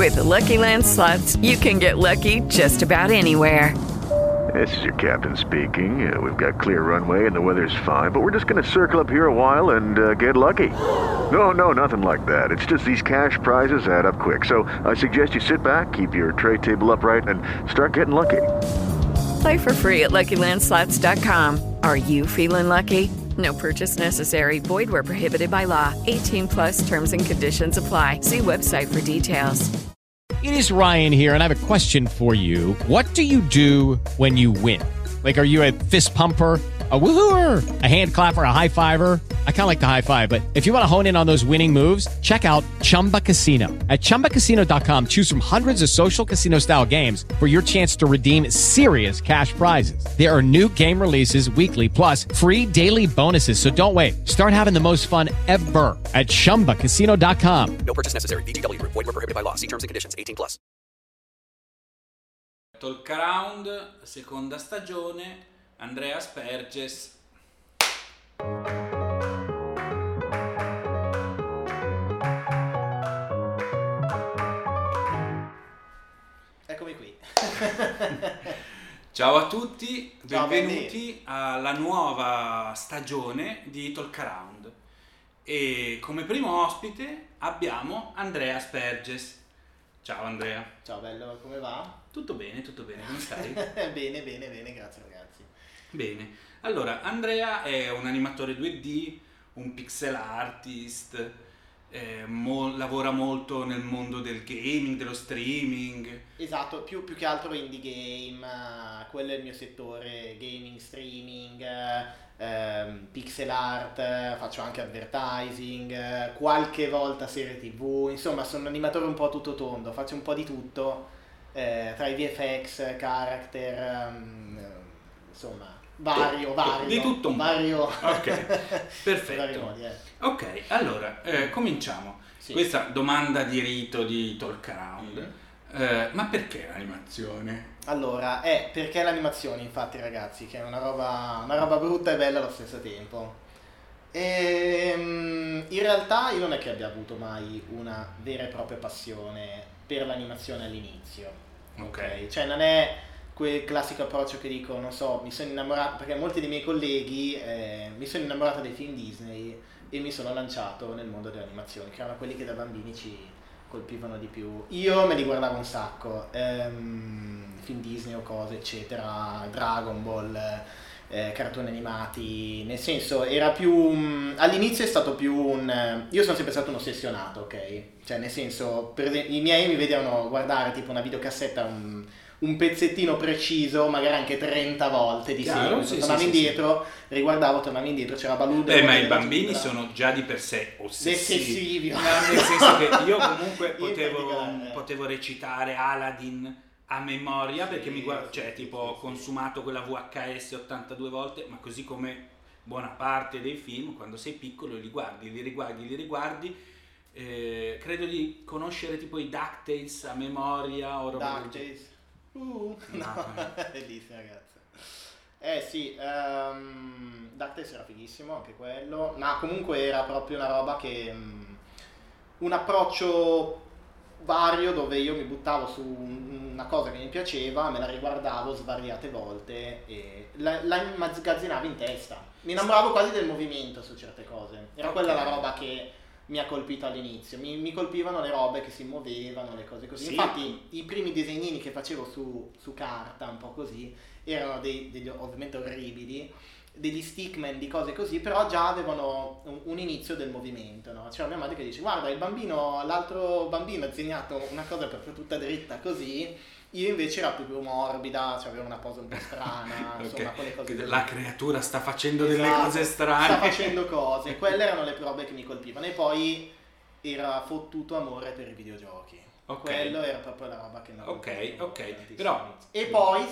With the Lucky Land Slots, you can get lucky just about anywhere. This is your captain speaking. We've got clear runway and the weather's fine, but we're just going to circle up here a while and get lucky. No, nothing like that. It's just these cash prizes add up quick. So I suggest you sit back, keep your tray table upright, and start getting lucky. Play for free at LuckyLandSlots.com. Are you feeling lucky? No purchase necessary. Void where prohibited by law. 18 plus terms and conditions apply. See website for details. It is Ryan here, and I have a question for you. What do you do when you win? Like, are you a fist pumper, a woohooer, a hand clapper, a high fiver? I kind of like the high five, but if you want to hone in on those winning moves, check out Chumba Casino. At ChumbaCasino.com, choose from hundreds of social casino-style games for your chance to redeem serious cash prizes. There are new game releases weekly, plus free daily bonuses, so don't wait. Start having the most fun ever at ChumbaCasino.com. No purchase necessary. VGW Group. Void where prohibited by law. See terms and conditions. 18 plus. Talk Around, seconda stagione, Andrea Sperges. Eccomi qui. Ciao a tutti, Ciao, benvenuti alla nuova stagione di Talk Around. E come primo ospite abbiamo Andrea Sperges. Ciao Andrea. Ciao bello, come va? Tutto bene, come stai? bene, grazie ragazzi. Bene, allora Andrea è un animatore 2D, un pixel artist, lavora molto nel mondo del gaming, dello streaming. Esatto, più che altro indie game, quello è il mio settore, gaming, streaming, pixel art, faccio anche advertising, qualche volta serie TV, insomma sono un animatore un po' a tutto tondo, faccio un po' di tutto, tra i VFX, character, insomma vario. Di tutto un vario. Ok, perfetto. Vari modi, Ok, allora cominciamo. Sì. Questa domanda di rito di Talk Around. Ma perché l'animazione? Allora, perché l'animazione, infatti ragazzi, che è una roba brutta e bella allo stesso tempo. In realtà io non è che abbia avuto mai una vera e propria passione per l'animazione all'inizio. Ok. Cioè non è quel classico approccio che dico, non so, mi sono innamorato, perché molti dei miei colleghi mi sono innamorato dei film Disney e mi sono lanciato nel mondo dell'animazione, che erano quelli che da bambini ci colpivano di più. Io me li guardavo un sacco, film Disney o cose eccetera, Dragon Ball, cartoni animati, nel senso era più all'inizio è stato più io sono sempre stato un ossessionato, ok? Cioè nel senso, per esempio, i miei mi vedevano guardare tipo una videocassetta, un pezzettino preciso, magari anche 30 volte di seguito, tornavo indietro, riguardavo, tornavo indietro, c'era Baloo. Ma i bambini sono già di per sé ossessivi. No, nel senso che io comunque potevo recitare Aladdin a memoria, perché ho consumato quella VHS 82 volte, ma così come buona parte dei film, quando sei piccolo li guardi, li riguardi. Credo di conoscere tipo i DuckTales a memoria o roba del genere. No, bellissima ragazza. Sì, DuckTales era fighissimo anche quello, ma comunque era proprio una roba che un approccio vario, dove io mi buttavo su una cosa che mi piaceva, me la riguardavo svariate volte e la immagazzinavo in testa. Mi innamoravo quasi del movimento su certe cose, era quella la roba che mi ha colpito all'inizio, mi colpivano le robe che si muovevano, le cose così. Sì. Infatti i primi disegnini che facevo su carta, un po' così, erano degli ovviamente orribili, degli stickman di cose così, però già avevano un inizio del movimento, no? C'era mia madre che dice: guarda, l'altro bambino ha disegnato una cosa proprio tutta dritta così, io invece era più morbida, cioè avevo una posa un po' strana, insomma, quelle cose così. La creatura sta facendo delle cose strane. Sta facendo cose, quelle erano le robe che mi colpivano, e poi era fottuto amore per i videogiochi. Quello era proprio la roba che mi colpiva. Ok, però... E poi,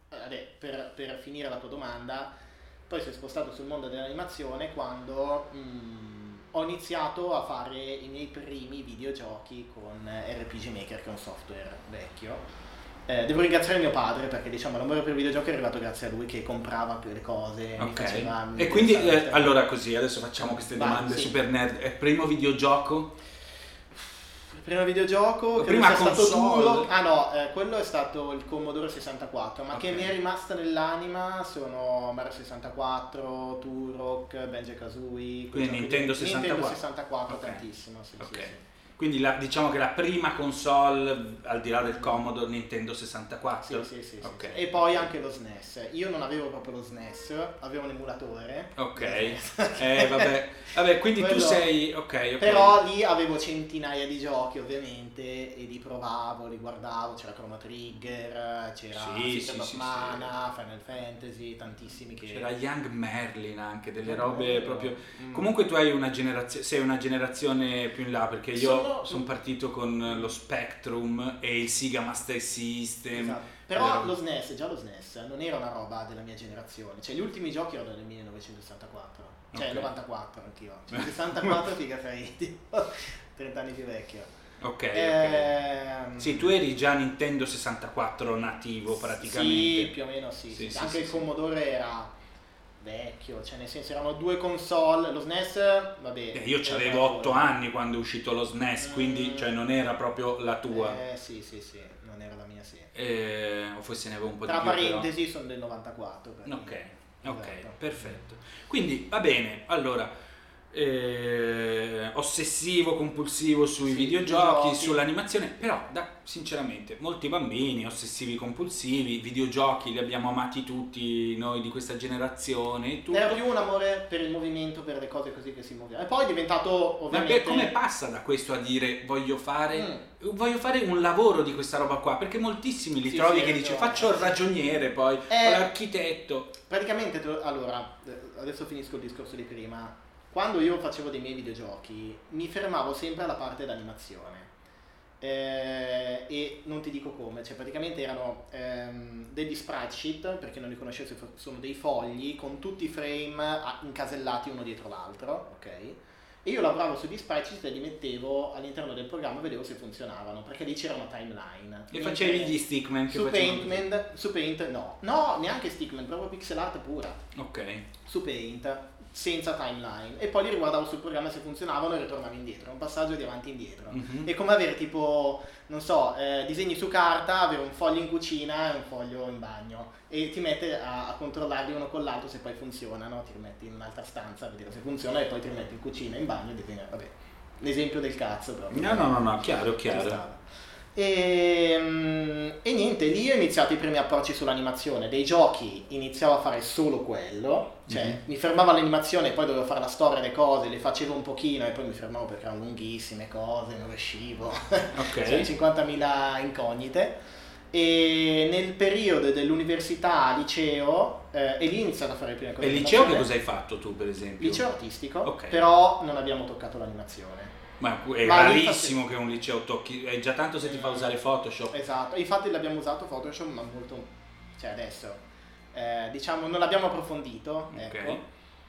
per finire la tua domanda, poi si è spostato sul mondo dell'animazione quando ho iniziato a fare i miei primi videogiochi con RPG Maker, che è un software vecchio. Devo ringraziare mio padre, perché diciamo l'amore per i videogiochi è arrivato grazie a lui, che comprava le cose, mi faceva... E quindi, allora così, adesso facciamo queste domande super nerd. Il primo videogioco? Il Primo videogioco, che prima è stato console. duro. Ah no, quello è stato il Commodore 64, ma che Ok. mi è rimasta nell'anima sono Mario 64, Turok, Banjo-Kazooie. Quindi Nintendo 64. Nintendo 64 Ok. tantissimo, sì, Ok. sì, sì. Quindi diciamo che la prima console, al di là del Commodore, Nintendo 64. Sì. Ok. E poi anche lo SNES. Io non avevo proprio lo SNES, avevo un emulatore. Ok. Vabbè, quindi tu Quello- sei... Ok. Però lì avevo centinaia di giochi ovviamente e li provavo, li guardavo, c'era Chrono Trigger, c'era Sì, Secret of sì, Mana, Final Fantasy, tantissimi che... C'era Young Merlin anche, delle Young robe Merlin. proprio... Mm. Comunque tu hai sei una generazione più in là, perché io Sono- sono partito con lo Spectrum e il Sega Master System. Esatto. Però lo SNES, già lo SNES, non era una roba della mia generazione. Cioè gli ultimi giochi erano del 1964. Cioè Ok. 94 anch'io. Cioè 64 figa sei tipo 30 anni più vecchio. Ok. Ehm, Sì, tu eri già Nintendo 64 nativo praticamente. Sì, più o meno sì. Sì, sì, Anche sì, il sì. Commodore era vecchio, cioè nel senso erano due console, lo SNES, vabbè. Io avevo 8 anni quando è uscito lo SNES, quindi cioè, non era proprio la tua. Sì, non era la mia sì. O forse ne avevo un po' Tra di più. parentesi sono del 94. per Ok, dire. ok, Esatto. perfetto. Quindi va bene, allora ossessivo compulsivo sui Sì, videogiochi, videogiochi. sull'animazione, però sinceramente molti bambini ossessivi compulsivi, videogiochi li abbiamo amati tutti noi di questa generazione e tutto. Era più un amore per il movimento, per le cose così che si muovevano. E poi è diventato ovviamente... Vabbè, come passa da questo a dire voglio fare un lavoro di questa roba qua? Perché moltissimi li Sì, trovi sì, che hai dice ragione. faccio il ragioniere poi, o l'architetto. Praticamente, allora, adesso finisco il discorso di prima. Quando io facevo dei miei videogiochi mi fermavo sempre alla parte d'animazione e non ti dico come, cioè praticamente erano degli sprite sheet, per chi non li conoscesse sono dei fogli con tutti i frame incasellati uno dietro l'altro, ok? E io lavoravo sugli sprite sheet e li mettevo all'interno del programma e vedevo se funzionavano, perché lì c'era una timeline. E facevi gli stickman che su facevano su Paint no, neanche stickman, proprio pixel art pura. Ok. Su Paint senza timeline e poi li riguardavo sul programma se funzionavano e ritornavo indietro, un passaggio di avanti e indietro. Mhm. È come avere tipo, non so, disegni su carta, avere un foglio in cucina e un foglio in bagno e ti mette a controllarli uno con l'altro se poi funzionano, ti rimetti in un'altra stanza a vedere se funziona e poi ti rimetti in cucina e in bagno e disegni, vabbè, l'esempio del cazzo proprio. No, chiaro. Ci stava. E niente, lì ho iniziato i primi approcci sull'animazione. Dei giochi iniziavo a fare solo quello, cioè mi fermavo all'animazione e poi dovevo fare la storia, le cose, le facevo un pochino e poi mi fermavo perché erano lunghissime cose, non riuscivo, Ok. cioè 50.000 incognite. E nel periodo dell'università, liceo, e lì ho iniziato a fare le prime cose. E di liceo che animazione. cosa hai fatto tu per esempio? Liceo artistico, Ok. però non abbiamo toccato l'animazione. Ma è Ma lì rarissimo che un liceo tocchi, è già tanto se ti fa usare Photoshop. Esatto, infatti l'abbiamo usato Photoshop, ma molto, cioè adesso, diciamo, non l'abbiamo approfondito, Ok. ecco.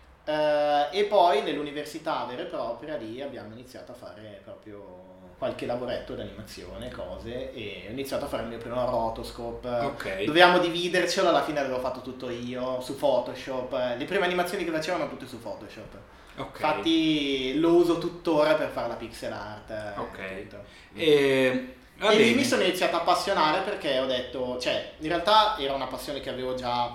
E poi nell'università vera e propria lì abbiamo iniziato a fare proprio qualche lavoretto d'animazione, cose, e ho iniziato a fare il mio primo rotoscope. Ok. Dovevamo dividercelo, alla fine avevo fatto tutto io su Photoshop. Le prime animazioni che facevano tutte su Photoshop. Ok. Infatti lo uso tuttora per fare la pixel art. Ok. tutto. Va E lì bene. mi sono iniziato a appassionare perché ho detto, cioè, in realtà era una passione che avevo già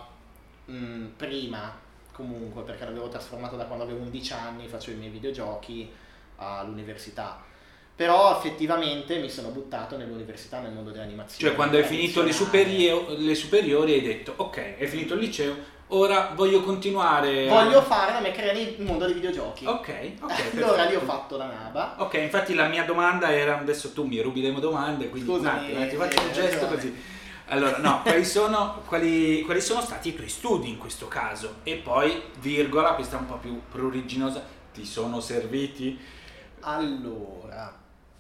prima, comunque, perché l'avevo trasformata da quando avevo 11 anni, facevo i miei videogiochi all'università. Però effettivamente mi sono buttato nell'università, nel mondo dell'animazione. Cioè quando hai finito le superiori hai detto ok, hai finito il liceo, ora voglio continuare Voglio fare la mia carriera nel mondo dei videogiochi. Ok, Allora perfetto. lì ho fatto la NABA. Ok, infatti la mia domanda era, adesso tu mi rubi le domande, quindi un Scusami, attimo, ti faccio un hai gesto ragione. così. Allora, no, quali sono stati i tuoi studi in questo caso? E poi, virgola, questa è un po' più pruriginosa, ti sono serviti? Allora,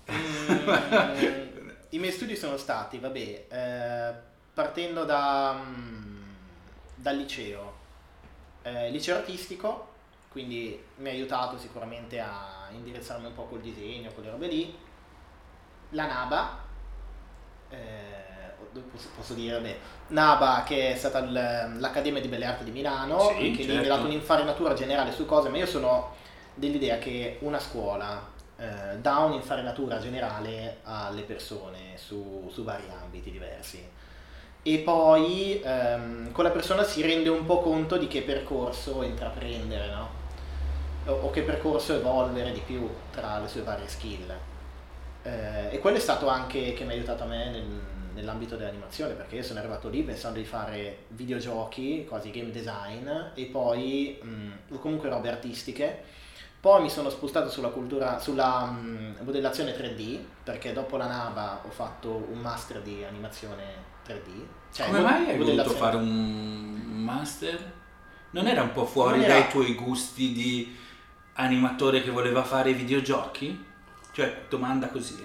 i miei studi sono stati, partendo dal liceo, liceo artistico, quindi mi ha aiutato sicuramente a indirizzarmi un po' col disegno, quelle robe lì. La NABA, posso dire, NABA, che è stata l'Accademia di Belle Arti di Milano, Sì, che lì mi ha certo. dato un'infarinatura generale su cose, ma io sono dell'idea che una scuola dà un'infarinatura generale alle persone su vari ambiti diversi. E poi con la persona si rende un po' conto di che percorso intraprendere, no? O che percorso evolvere di più tra le sue varie skill. E quello è stato anche che mi ha aiutato a me nell'ambito dell'animazione, perché io sono arrivato lì pensando di fare videogiochi, quasi game design, e poi comunque robe artistiche. Poi mi sono spostato sulla modellazione 3D, perché dopo la NABA ho fatto un master di animazione 3D. Cioè, come mai hai voluto fare un master? Non era un po' fuori dai tuoi gusti di animatore che voleva fare i videogiochi? Cioè, domanda così,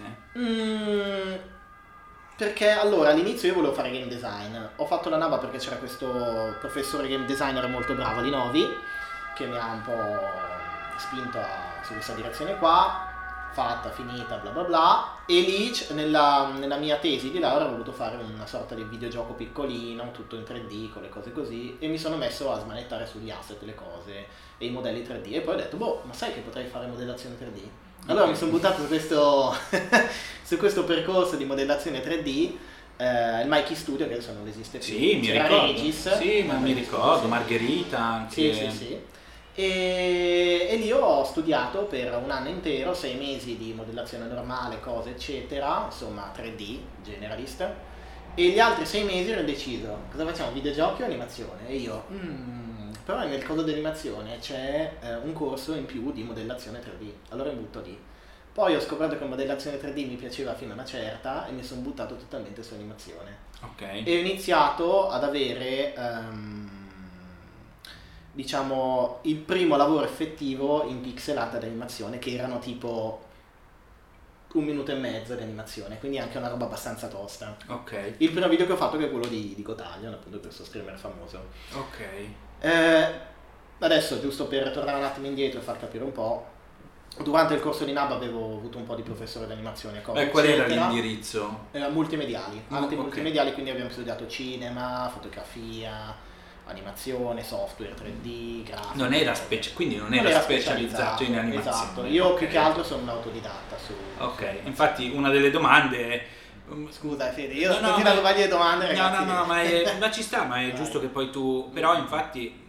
Perché allora all'inizio io volevo fare game design. Ho fatto la NABA perché c'era questo professore game designer molto bravo, Linovi, che mi ha un po' spinto su questa direzione qua, fatta, finita, bla bla bla, e lì nella mia tesi di laurea ho voluto fare una sorta di videogioco piccolino, tutto in 3D, con le cose così, e mi sono messo a smanettare sugli asset, le cose e i modelli 3D, e poi ho detto, ma sai che potrei fare modellazione 3D? Allora mi sono buttato su questo percorso di modellazione 3D, il Mikey Studio, che adesso non esiste più. Sì, mi ricordo. Regis, sì, ma mi ricordo, Margherita anche. Sì. E lì ho studiato per un anno intero, 6 mesi di modellazione normale, cose eccetera, insomma 3D, generalist, e gli altri 6 mesi ero indeciso, cosa facciamo, videogiochi o animazione? E io, però nel coso dell'animazione c'è un corso in più di modellazione 3D, allora mi butto lì. Poi ho scoperto che modellazione 3D mi piaceva fino a una certa e mi sono buttato totalmente su animazione. Ok. E ho iniziato ad avere diciamo il primo lavoro effettivo in pixel art d'animazione, che erano tipo 1 minuto e mezzo di animazione, quindi anche una roba abbastanza tosta. Ok. Il primo video che ho fatto è quello di Gotaglion, appunto, questo streamer famoso. Ok. Adesso, giusto per tornare un attimo indietro e far capire un po', durante il corso di NAB avevo avuto un po' di professore d'animazione. Qual era l'indirizzo? Multimediali, arti multimediali, quindi abbiamo studiato cinema, fotografia, animazione, software 3D, grafica. Quindi non era specializzato in animazione. Esatto, io più che altro sono un autodidatta Ok, infatti una delle domande è... Scusa Fede, io sto tirando varie domande, ragazzi. No, ma ci sta, ma è giusto che poi tu... Però infatti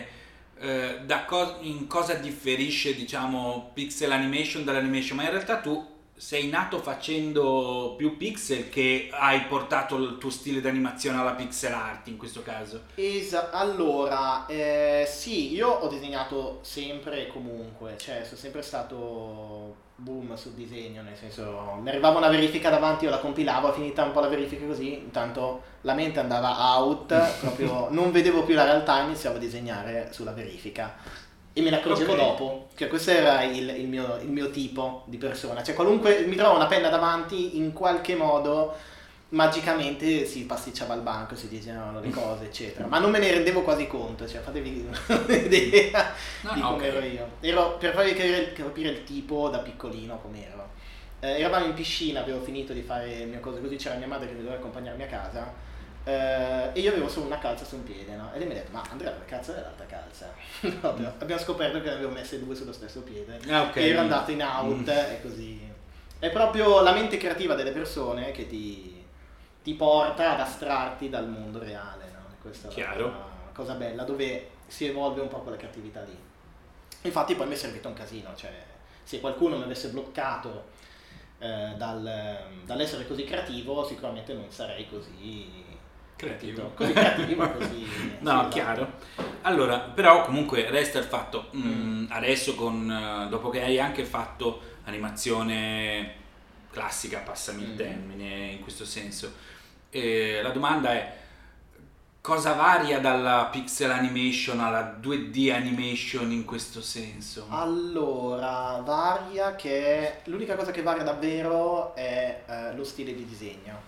in cosa differisce, diciamo, pixel animation dall'animation? Ma in realtà tu sei nato facendo più pixel, che hai portato il tuo stile di animazione alla pixel art in questo caso? Allora, sì, io ho disegnato sempre e comunque, cioè sono sempre stato boom sul disegno, nel senso mi arrivava una verifica davanti, io la compilavo, finita un po' la verifica così, intanto la mente andava out, proprio non vedevo più la realtà, iniziavo a disegnare sulla verifica. E me ne accorgevo dopo, che questo era il mio tipo di persona, cioè qualunque mi trovo una penna davanti, in qualche modo magicamente si pasticciava al banco, si disegnavano le cose eccetera, ma non me ne rendevo quasi conto, cioè fatevi un'idea di come ero io. Per farvi capire il tipo da piccolino com'ero. Eravamo in piscina, avevo finito di fare il mio coso, così c'era mia madre che mi doveva accompagnarmi a casa. E io avevo solo una calza su un piede, no? E lei mi ha detto, ma Andrea, che cazzo è l'altra calza? No, abbiamo scoperto che ne avevo messe 2 sullo stesso piede. E ero andato in out e così. È proprio la mente creativa delle persone che ti porta ad astrarti dal mondo reale, no? Questa è una cosa bella, dove si evolve un po' quella creatività lì. Infatti poi mi è servito un casino, cioè se qualcuno mi avesse bloccato dall'essere così creativo, sicuramente non sarei così creativo, così no, chiaro. Allora, però comunque resta il fatto, adesso dopo che hai anche fatto animazione classica, passami il termine in questo senso, la domanda è: cosa varia dalla pixel animation alla 2D animation in questo senso? Allora, varia che l'unica cosa che varia davvero è lo stile di disegno.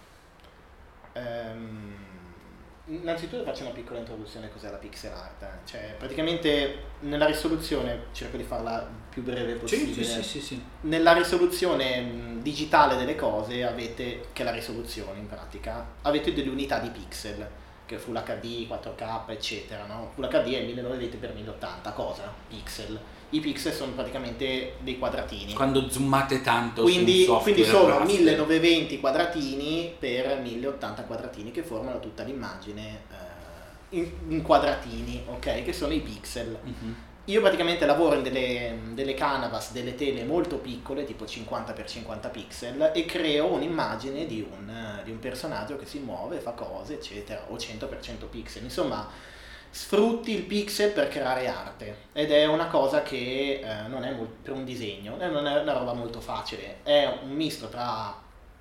Innanzitutto faccio una piccola introduzione a cos'è la pixel art. Cioè, praticamente nella risoluzione, cerco di farla più breve possibile. Sì. Nella risoluzione digitale delle cose avete, che è la risoluzione in pratica, avete delle unità di pixel, che Full HD, 4K eccetera, no? Full HD è 1920x1080, cosa? Pixel. i pixel sono praticamente dei quadratini. Quando zoomate tanto quindi sono Raster. 1920 quadratini per 1080 quadratini che formano tutta l'immagine in quadratini, ok? Che sono i pixel. Io praticamente lavoro in delle canvas, delle tele molto piccole, tipo 50x50 pixel, e creo un'immagine di un personaggio che si muove, fa cose, eccetera, o 100x100 pixel. Insomma, sfrutti il pixel per creare arte, ed è una cosa che non è per un disegno, non è una roba molto facile, è un misto tra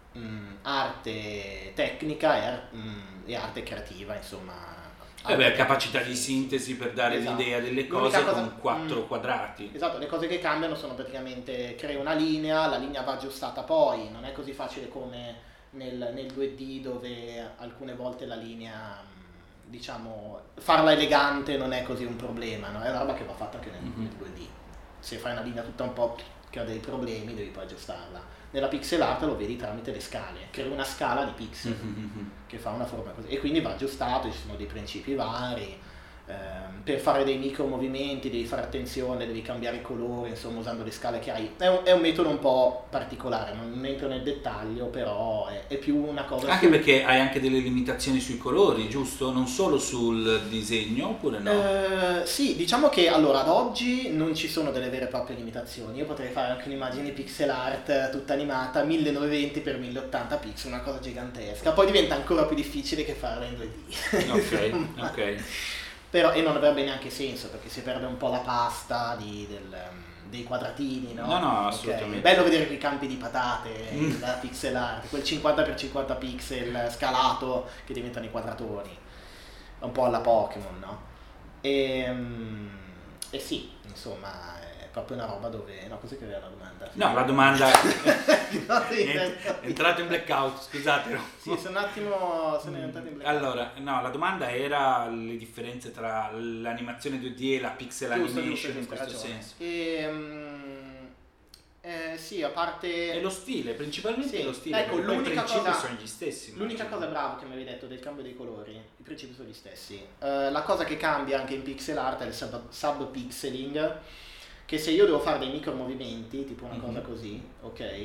arte tecnica e arte creativa, insomma. Capacità di sintesi per dare l'idea delle cose con 4 quadrati. Esatto, le cose che cambiano sono praticamente crei una linea, la linea va aggiustata poi, non è così facile come nel 2D dove alcune volte la linea, diciamo, farla elegante non è così un problema, no? È una roba che va fatta anche nel 2D. Se fai una linea tutta un po' che ha dei problemi devi poi aggiustarla. Nella pixel art lo vedi tramite le scale, crei una scala di pixel che fa una forma così, e quindi va aggiustato, ci sono dei principi vari, per fare dei micro movimenti devi fare attenzione, devi cambiare i colori, insomma, usando le scale che hai. È un metodo un po' particolare, non entro nel dettaglio, però è più una cosa... Anche perché hai anche delle limitazioni sui colori, giusto? Non solo sul disegno, oppure no? Sì, diciamo che allora ad oggi non ci sono delle vere e proprie limitazioni. Io potrei fare anche un'immagine pixel art tutta animata 1920x1080 pixel, una cosa gigantesca, poi diventa ancora più difficile che farla in 2D. Ok. Però, e non avrebbe neanche senso, perché si perde un po' la pasta dei quadratini, no? No, assolutamente. È bello vedere quei campi di patate, la pixel art, quel 50x50 pixel scalato che diventano i quadratoni, un po' alla Pokémon, no? E sì, insomma, è proprio una roba dove... No, cos'è che aveva la domanda? No, la domanda è entrato in blackout, scusate. Sì, sono entrato in blackout. Allora, no, la domanda era le differenze tra l'animazione 2D e la pixel animation in questo senso. Sì, a parte... E lo stile, principalmente sì. Lo stile. Ecco, i l'unica principi cosa, sono gli stessi. L'unica cosa brava che mi avevi detto del cambio dei colori, i principi sono gli stessi. La cosa che cambia anche in pixel art è il subpixeling, che se io devo fare dei micro movimenti, tipo una cosa così, ok?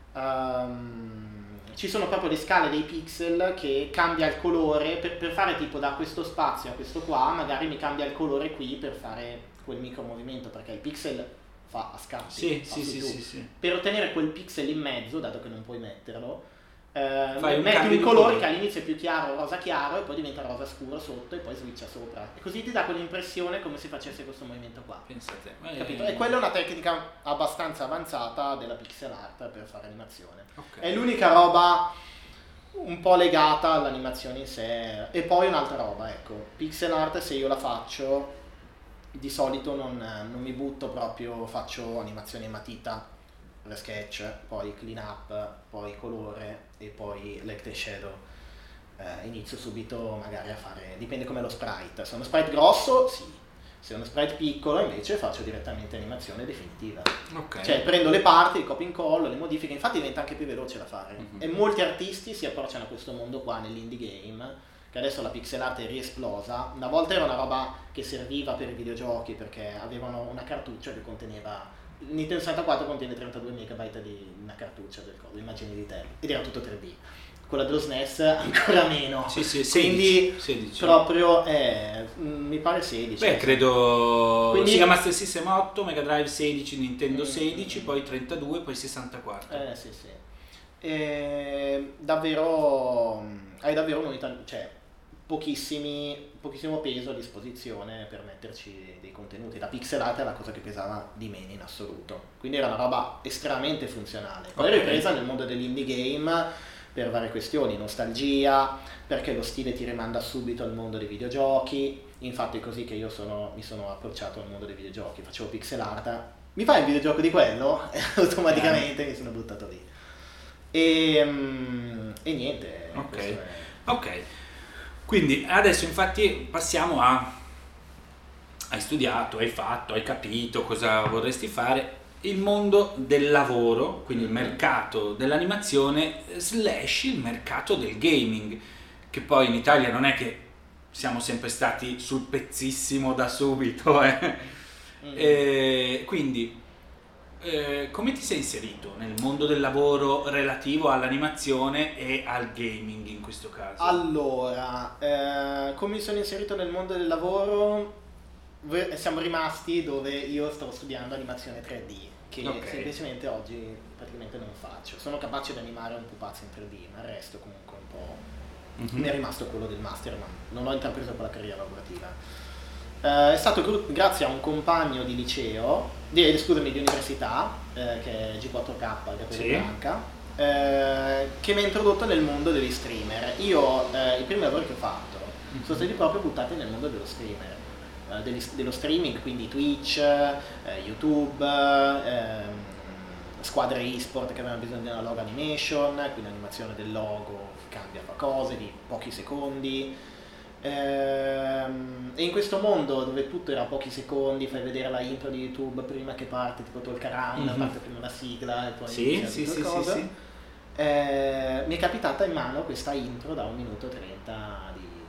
Ci sono proprio le scale dei pixel che cambia il colore, per fare tipo da questo spazio a questo qua, magari mi cambia il colore qui per fare quel micro movimento, perché il pixel fa a scatti. Sì. Per ottenere quel pixel in mezzo, dato che non puoi metterlo, Fai metti un colore che all'inizio è più chiaro, rosa chiaro, e poi diventa rosa scuro sotto e poi switcha sopra, e così ti dà quell'impressione come se facesse questo movimento qua. Pensate, Capito? E quella è una tecnica abbastanza avanzata della pixel art per fare animazione. È l'unica roba un po' legata all'animazione in sé. E poi un'altra roba, ecco, pixel art se io la faccio di solito non mi butto proprio, faccio animazione a matita, sketch, poi clean up, poi colore e poi light and shadow. Inizio subito magari a fare, dipende com'è lo sprite, se è uno sprite grosso sì, se è uno sprite piccolo invece faccio direttamente animazione definitiva. Cioè prendo le parti, copio e incollo, le modifiche, infatti diventa anche più veloce da fare. E molti artisti si approcciano a questo mondo qua nell'indie game, che adesso la pixel art è riesplosa. Una volta era una roba che serviva per i videogiochi perché avevano una cartuccia che conteneva, Nintendo 64 contiene 32 MB di una cartuccia del coso, immagini di te, ed era tutto 3D. Quella dello SNES ancora meno. Sì, 16, quindi 16. proprio mi pare 16. Beh, credo quindi... Sega Master System 8, Mega Drive 16, Nintendo 16, poi 32, poi 64. Sì. Davvero hai davvero un'unità, cioè pochissimo peso a disposizione per metterci dei contenuti. La pixel art è la cosa che pesava di meno in assoluto, quindi era una roba estremamente funzionale. Poi ripresa nel mondo dell'indie game per varie questioni, nostalgia, perché lo stile ti rimanda subito al mondo dei videogiochi. Infatti è così che io mi sono approcciato al mondo dei videogiochi, facevo pixel art, mi fai un videogioco di quello? Automaticamente mi sono buttato lì e niente. Ok. Quindi adesso infatti passiamo hai studiato, hai fatto, hai capito cosa vorresti fare, il mondo del lavoro, quindi il mercato dell'animazione / il mercato del gaming, che poi in Italia non è che siamo sempre stati sul pezzissimo da subito, Quindi come ti sei inserito nel mondo del lavoro relativo all'animazione e al gaming in questo caso? Allora, come mi sono inserito nel mondo del lavoro? Siamo rimasti dove io stavo studiando animazione 3D, che semplicemente oggi praticamente non faccio. Sono capace di animare un pupazzo in 3D, ma il resto comunque un po'... Mi è rimasto quello del master, ma non ho intrapreso quella carriera lavorativa. È stato grazie a un compagno di liceo, di università, che è G4K, Gabriele Branca, che mi ha introdotto nel mondo degli streamer. Io, i primi lavori che ho fatto sono stati proprio buttati nel mondo dello streamer. Dello streaming, quindi Twitch, YouTube, squadre e-sport che avevano bisogno di una logo animation, quindi animazione del logo che cambia, fa cose di pochi secondi. E in questo mondo dove tutto era pochi secondi, fai vedere la intro di YouTube prima che parte, tipo Talk-Around, parte prima la sigla e poi mi è capitata in mano questa intro da 1 minuto e 30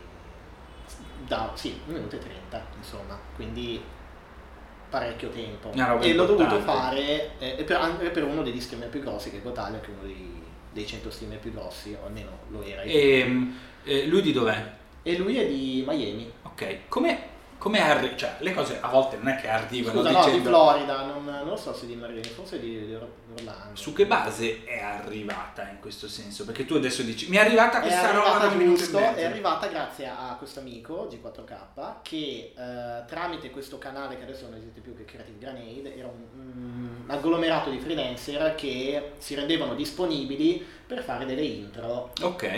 1 minuto e 30, insomma, quindi parecchio tempo. E l'ho dovuto fare anche per uno degli streamer più grossi, che è Gotalia, che è uno dei 100 streamer più grossi, o almeno lo era. Lui di dov'è? E lui è di Miami. Ok, come cioè le cose a volte non è che arrivano. Scusa, no, di Florida, non lo so se di Miami, forse di Orlando. Su che base è arrivata in questo senso? Perché tu adesso dici, mi è arrivata questa roba da è arrivata grazie a questo amico G4K che tramite questo canale che adesso non esiste più, che è Creative Grenade, era un agglomerato di freelancer che si rendevano disponibili per fare delle intro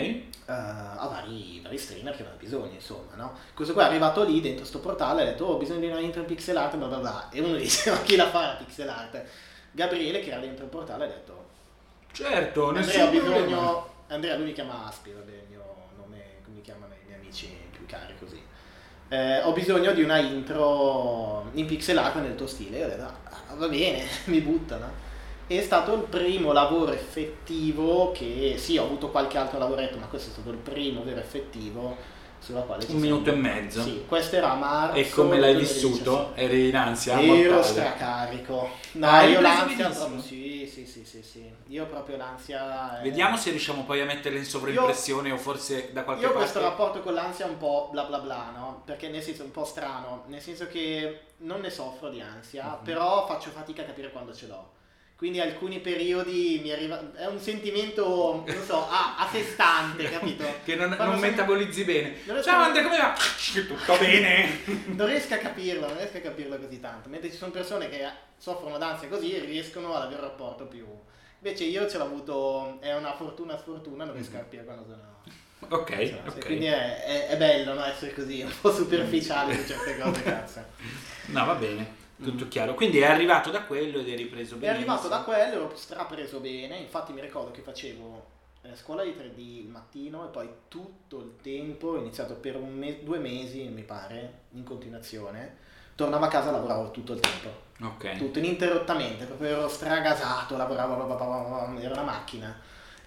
a vari streamer che avevano bisogno, insomma, no? Questo qua è arrivato lì dentro sto portale e ha detto: ho bisogno di una intro in pixel art, bla bla bla, e uno dice: ma chi la fa la pixel art? Gabriele, che era dentro il portale, ha detto: certo, Andrea, lui mi chiama Aspi, vabbè, il mio nome, come mi chiamano i miei amici più cari, così. Ho bisogno di una intro in pixel art nel tuo stile. E ho detto: va bene, mi buttano. È stato il primo lavoro effettivo che, sì, ho avuto qualche altro lavoretto, ma questo è stato il primo vero effettivo sulla quale 1 minuto e mezzo. Sì, questo era a marzo. E come l'hai vissuto? Eri in ansia? Ero stracarico. No, io l'ansia proprio, sì. Io proprio l'ansia. Vediamo se riusciamo poi a metterla in sovraimpressione o forse da qualche parte. Io questo rapporto con l'ansia è un po' bla bla bla, no? Perché nel senso è un po' strano, nel senso che non ne soffro di ansia, però faccio fatica a capire quando ce l'ho. Quindi alcuni periodi mi arriva, è un sentimento, non so, a sé stante, capito? Che non metabolizzi bene. Ciao Andrea, come va? Tutto bene? Non riesco a capirlo così tanto. Mentre ci sono persone che soffrono d'ansia così e riescono ad avere un rapporto più... Invece io ce l'ho avuto, è una fortuna sfortuna, non riesco a capire quando sono... Ok. Quindi è bello, no? Essere così, un po' superficiale su certe cose, cazzo. No, va bene. Tutto chiaro, quindi è arrivato da quello ed è ripreso bene. È arrivato da quello, ero strapreso bene, infatti mi ricordo che facevo scuola di 3D il mattino e poi tutto il tempo, ho iniziato per 2 mesi mi pare, in continuazione, tornavo a casa e lavoravo tutto il tempo, tutto ininterrottamente, proprio ero stragasato, lavoravo, ero una macchina.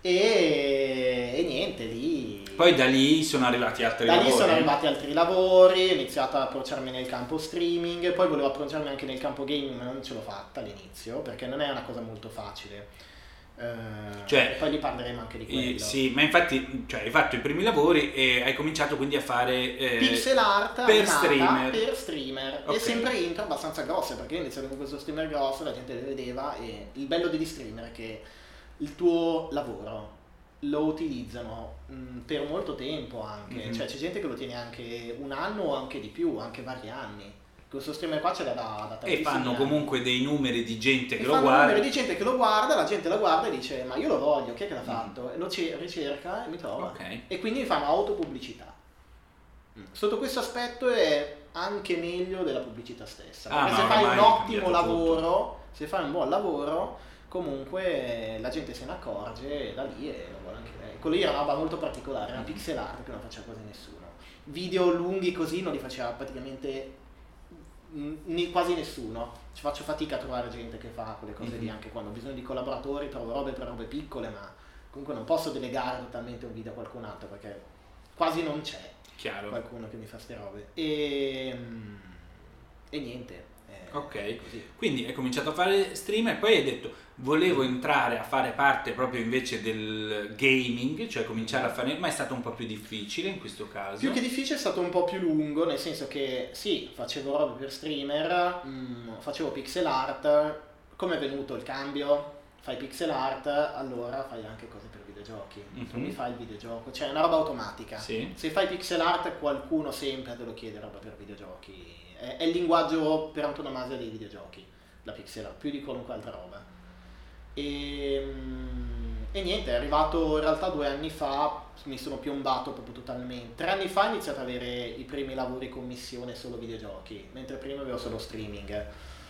E niente, lì... Poi da lì sono arrivati altri lavori. Da lì sono arrivati altri lavori, ho iniziato a approcciarmi nel campo streaming, poi volevo approcciarmi anche nel campo gaming, ma non ce l'ho fatta all'inizio, perché non è una cosa molto facile. Poi ne parleremo anche di quello. Sì, ma infatti, cioè, hai fatto i primi lavori e hai cominciato quindi a fare pixel art per streamer. E sempre intro abbastanza grosse, perché ho iniziato con questo streamer grosso, la gente le vedeva, e il bello degli streamer è che il tuo lavoro lo utilizzano per molto tempo anche, cioè c'è gente che lo tiene anche 1 anno o anche di più, anche vari anni. Questo streamer qua ce l'ha da tantissimi e fanno anni. Comunque dei numeri di gente che e lo guarda. Numeri di gente che lo guarda, la gente la guarda e dice: ma io lo voglio, chi è che l'ha fatto? E lo ricerca e mi trova. E quindi mi fanno autopubblicità. Sotto questo aspetto è anche meglio della pubblicità stessa, perché se fai un ottimo lavoro, se fai un buon lavoro, comunque la gente se ne accorge e da lì lo vuole anche lei. Quello lì era una roba molto particolare, era pixel art che non faceva quasi nessuno. Video lunghi così non li faceva praticamente quasi nessuno. Ci faccio fatica a trovare gente che fa quelle cose lì, anche quando ho bisogno di collaboratori trovo robe per robe piccole, ma comunque non posso delegare totalmente un video a qualcun altro perché quasi non c'è qualcuno che mi fa ste robe. E niente. Ok, così. quindi hai cominciato a fare stream e poi hai detto volevo entrare a fare parte proprio invece del gaming, cioè cominciare a fare, ma è stato un po' più difficile in questo caso? Più che difficile è stato un po' più lungo, nel senso che sì, facevo robe per streamer, facevo pixel art, come è venuto il cambio? Fai pixel art, allora fai anche cose per videogiochi, tu mi fai il videogioco, cioè è una roba automatica. Sì. Se fai pixel art qualcuno sempre te lo chiede roba per videogiochi, è il linguaggio per antonomasia dei videogiochi, la pixel art, più di qualunque altra roba. E niente, è arrivato in realtà 2 anni fa, mi sono piombato proprio totalmente. 3 anni fa ho iniziato ad avere i primi lavori commissione solo videogiochi, mentre prima avevo solo streaming.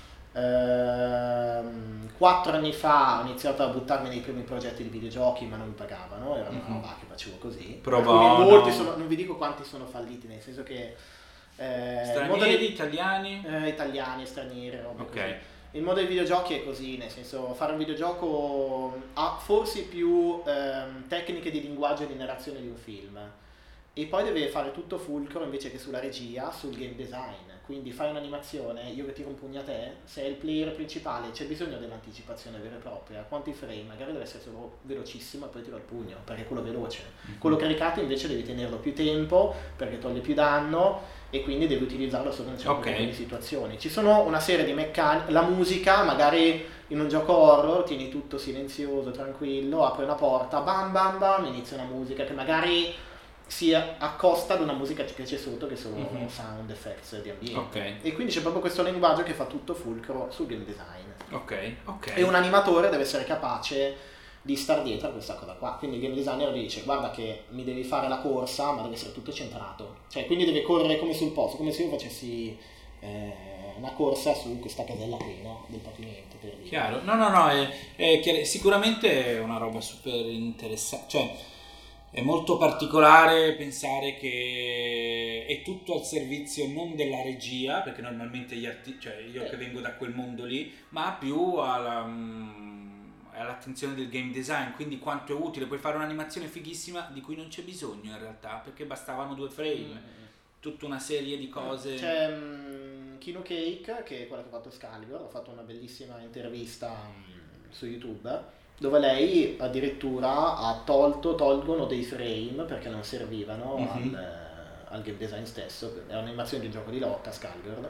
4 anni fa ho iniziato a buttarmi nei primi progetti di videogiochi, ma non mi pagavano, era una roba che facevo così. Molti non vi dico quanti sono falliti, nel senso che stranieri, italiani? Italiani, stranieri, roba ok. così. Il mondo dei videogiochi è così, nel senso fare un videogioco ha forse più tecniche di linguaggio e di narrazione di un film, e poi deve fare tutto fulcro invece che sulla regia, sul game design. Quindi fai un'animazione, io che tiro un pugno a te, sei il player principale, c'è bisogno dell'anticipazione vera e propria. Quanti frame? Magari deve essere solo velocissimo e poi tiro il pugno, perché è quello veloce. Quello caricato invece devi tenerlo più tempo, perché toglie più danno, e quindi devi utilizzarlo solo in un certo tipo di situazioni. Ci sono una serie di meccaniche, la musica, magari in un gioco horror tieni tutto silenzioso, tranquillo, apri una porta, bam bam bam, inizia una musica che magari si accosta ad una musica che c'è sotto, che sono sound effects di ambiente. E quindi c'è proprio questo linguaggio che fa tutto fulcro sul game design. E un animatore deve essere capace di star dietro a questa cosa qua. Quindi il game designer gli dice: guarda che mi devi fare la corsa, ma deve essere tutto centrato, cioè quindi deve correre come sul posto, come se io facessi una corsa su questa casella qui, no? Del pavimento, per dire. Chiaro, no, è sicuramente è una roba super interessante, cioè è molto particolare pensare che è tutto al servizio non della regia, perché normalmente cioè io che vengo da quel mondo lì, ma più all'attenzione del game design, quindi quanto è utile. Puoi fare un'animazione fighissima di cui non c'è bisogno in realtà, perché bastavano 2 frame, tutta una serie di cose. C'è Kino Cake, che è quella che ha fatto Excalibur, ha fatto una bellissima intervista su YouTube, dove lei addirittura tolgono dei frame perché non servivano al game design stesso. È un'animazione di un gioco di lotta, Skullgirl.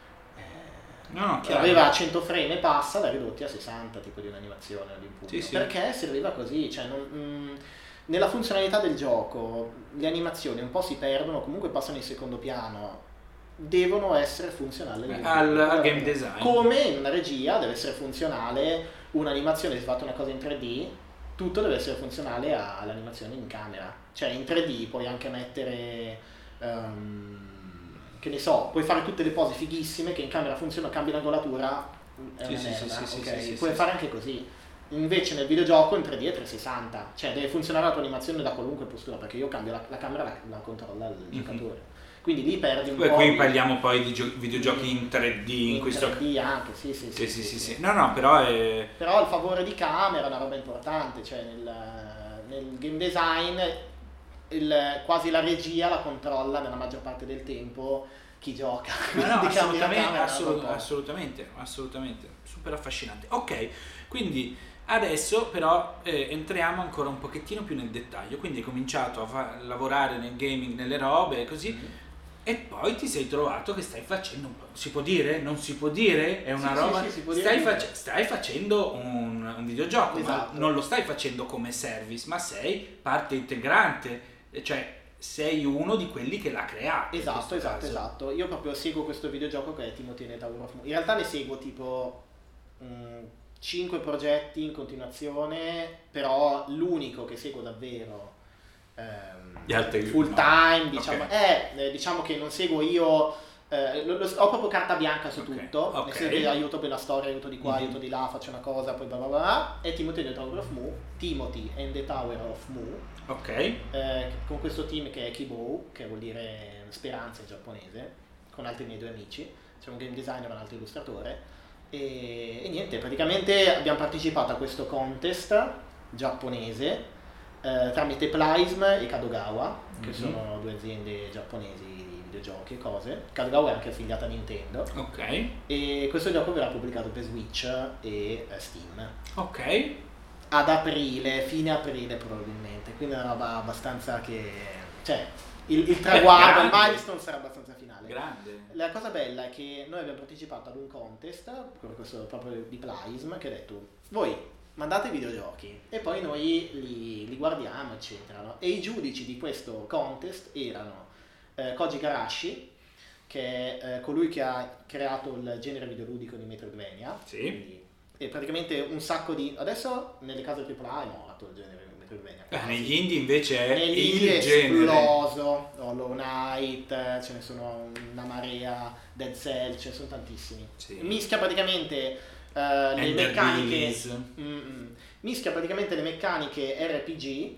Aveva 100 frame e passa, l'ha ridotti a 60, tipo di un'animazione di un pugno. Perché serviva così, cioè nella funzionalità del gioco le animazioni un po' si perdono, comunque passano in secondo piano, devono essere funzionali al game design. Come in una regia deve essere funzionale un'animazione, se fate una cosa in 3D, tutto deve essere funzionale all'animazione in camera. Cioè in 3D puoi anche mettere che ne so, puoi fare tutte le pose fighissime che in camera funzionano, cambi l'angolatura, è una merda, puoi fare anche così. Invece nel videogioco in 3D è 360, cioè deve funzionare la tua animazione da qualunque postura, perché io cambio la camera, la controlla il giocatore. Quindi lì perdi un po'. Qui parliamo poi di videogiochi in 3D, in questo 3D anche, sì. No, però è... Però il favore di camera è una roba importante, cioè nel game design quasi la regia la controlla nella maggior parte del tempo chi gioca. Assolutamente, super affascinante. Ok, quindi adesso però entriamo ancora un pochettino più nel dettaglio. Quindi hai cominciato a lavorare nel gaming, nelle robe e così, e poi ti sei trovato che stai facendo, si può dire? Non si può dire? È una roba. Sì, si può dire. Stai facendo un videogioco, esatto. Ma non lo stai facendo come service, ma sei parte integrante, cioè sei uno di quelli che l'ha creato. Esatto. Io proprio seguo questo videogioco che è Timothy and the Tower of Moon. In realtà ne seguo tipo 5 progetti in continuazione, però l'unico che seguo davvero full time, diciamo, diciamo che non seguo io, ho proprio carta bianca su tutto, nel senso che aiuto per la storia, aiuto di qua, aiuto di là, faccio una cosa, poi bla bla bla, e Timothy and the Tower of Mu, con questo team che è Kibou, che vuol dire speranza in giapponese, con altri miei 2 amici, c'è un game designer e un altro illustratore, e niente, praticamente abbiamo partecipato a questo contest giapponese tramite Plism e Kadogawa, che sono 2 aziende giapponesi di videogiochi e cose. Kagao è anche affiliata a Nintendo. Ok. E questo gioco verrà pubblicato per Switch e Steam. Ok. Ad aprile, fine aprile probabilmente, quindi è una roba abbastanza che... cioè, il traguardo, il milestone sarà abbastanza finale. Grande. La cosa bella è che noi abbiamo partecipato ad un contest, questo proprio di Plasm, che ha detto, voi mandate i videogiochi e poi noi li guardiamo, eccetera, no? E i giudici di questo contest erano Koji Garashi, che è colui che ha creato il genere videoludico di Metroidvania. Sì. Quindi, e praticamente un sacco di... adesso nelle case AAA è morto il genere Metroidvania. Negli indie invece è negli il indie è genere. esploso, Hollow Knight, ce ne sono una marea, Dead Cell, ce ne sono tantissimi. Sì. Mischia praticamente le Ender meccaniche Lilies. mischia praticamente le meccaniche RPG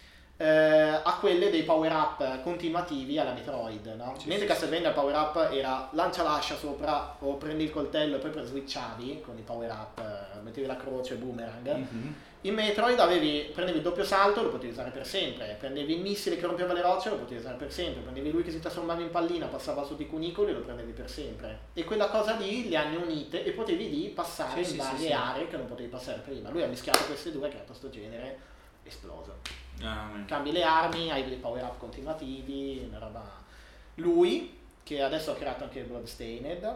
a quelle dei power up continuativi alla Metroid, no? Sì, Mentre sì, Castlevania il power up era lancia l'ascia sopra o prendi il coltello e poi switchavi con i power up, mettevi la croce, boomerang. Mhm. In Metroid prendevi il doppio salto, lo potevi usare per sempre, prendevi il missile che rompeva le rocce, lo potevi usare per sempre, prendevi lui che si trasformava in pallina, passava sotto i cunicoli e lo prendevi per sempre. E quella cosa lì le hanno unite e potevi lì passare in varie aree che non potevi passare prima. Lui ha mischiato queste due, che ha questo genere esploso. Cambi le armi, hai dei power up continuativi, una roba. Lui, che adesso ha creato anche Bloodstained,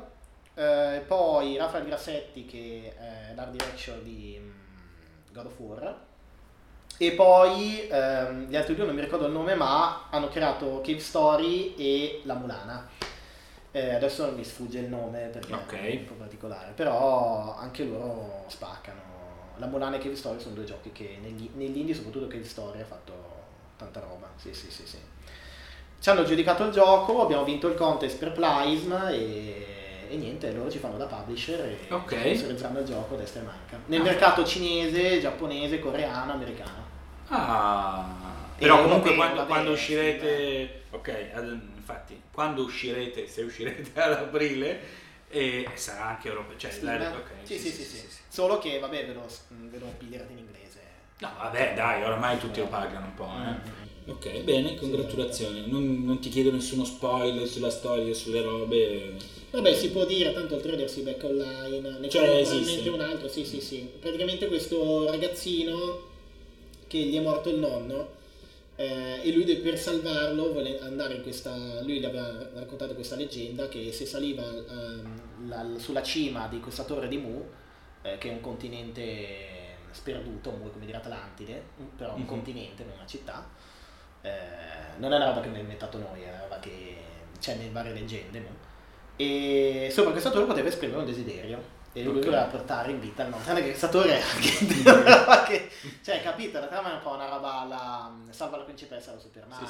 poi Rafael Grassetti, che è l'art director di God of War, e poi gli altri due non mi ricordo il nome, ma hanno creato Cave Story e La Mulana. Adesso mi sfugge il nome perché è un po' particolare, però anche loro spaccano. La Mulana e Cave Story sono due giochi che negli indie, soprattutto Cave Story, ha fatto tanta roba. Sì. Ci hanno giudicato il gioco, abbiamo vinto il contest per Plasm e niente, loro ci fanno da publisher e sponsorizzano il gioco a destra e manca. Nel mercato cinese, giapponese, coreano, americano. Però comunque quando uscirete, infatti, quando uscirete, se uscirete ad aprile, sarà anche europeo, cioè sì. Solo che vabbè ve lo piglierete in inglese. No, vabbè, dai, oramai tutti lo pagano un po', Ok, bene, congratulazioni. Non ti chiedo nessuno spoiler sulla storia, sulle robe. Vabbè, si può dire, tanto il trailer si becca online, ne c'è probabilmente un altro, sì. Praticamente questo ragazzino che gli è morto il nonno e lui per salvarlo vuole andare in questa... Lui gli aveva raccontato questa leggenda che se saliva sulla cima di questa torre di Mu, che è un continente sperduto, come dire Atlantide, però un continente, non una città, non è una roba che abbiamo inventato noi, è una roba che c'è nelle varie leggende, no? E sopra questa torre poteva esprimere un desiderio e lui voleva portare in vita il nonno. Che questa torre che cioè, capito, la trama è un po' una roba alla Salva la principessa da Super Mario,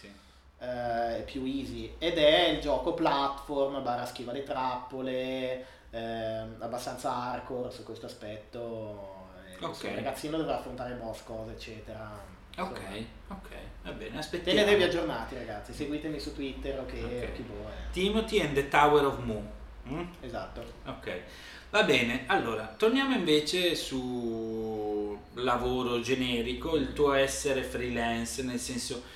è più easy, ed è il gioco platform / schiva le trappole, abbastanza hardcore su questo aspetto. Il ragazzino dovrà affrontare boss, cose eccetera. Ok, va bene, aspettiamo. Tenetevi aggiornati, ragazzi, seguitemi su Twitter chi vuole. Timothy and the Tower of Mu. Esatto. Ok, va bene. Allora, torniamo invece su lavoro generico, il tuo essere freelance, nel senso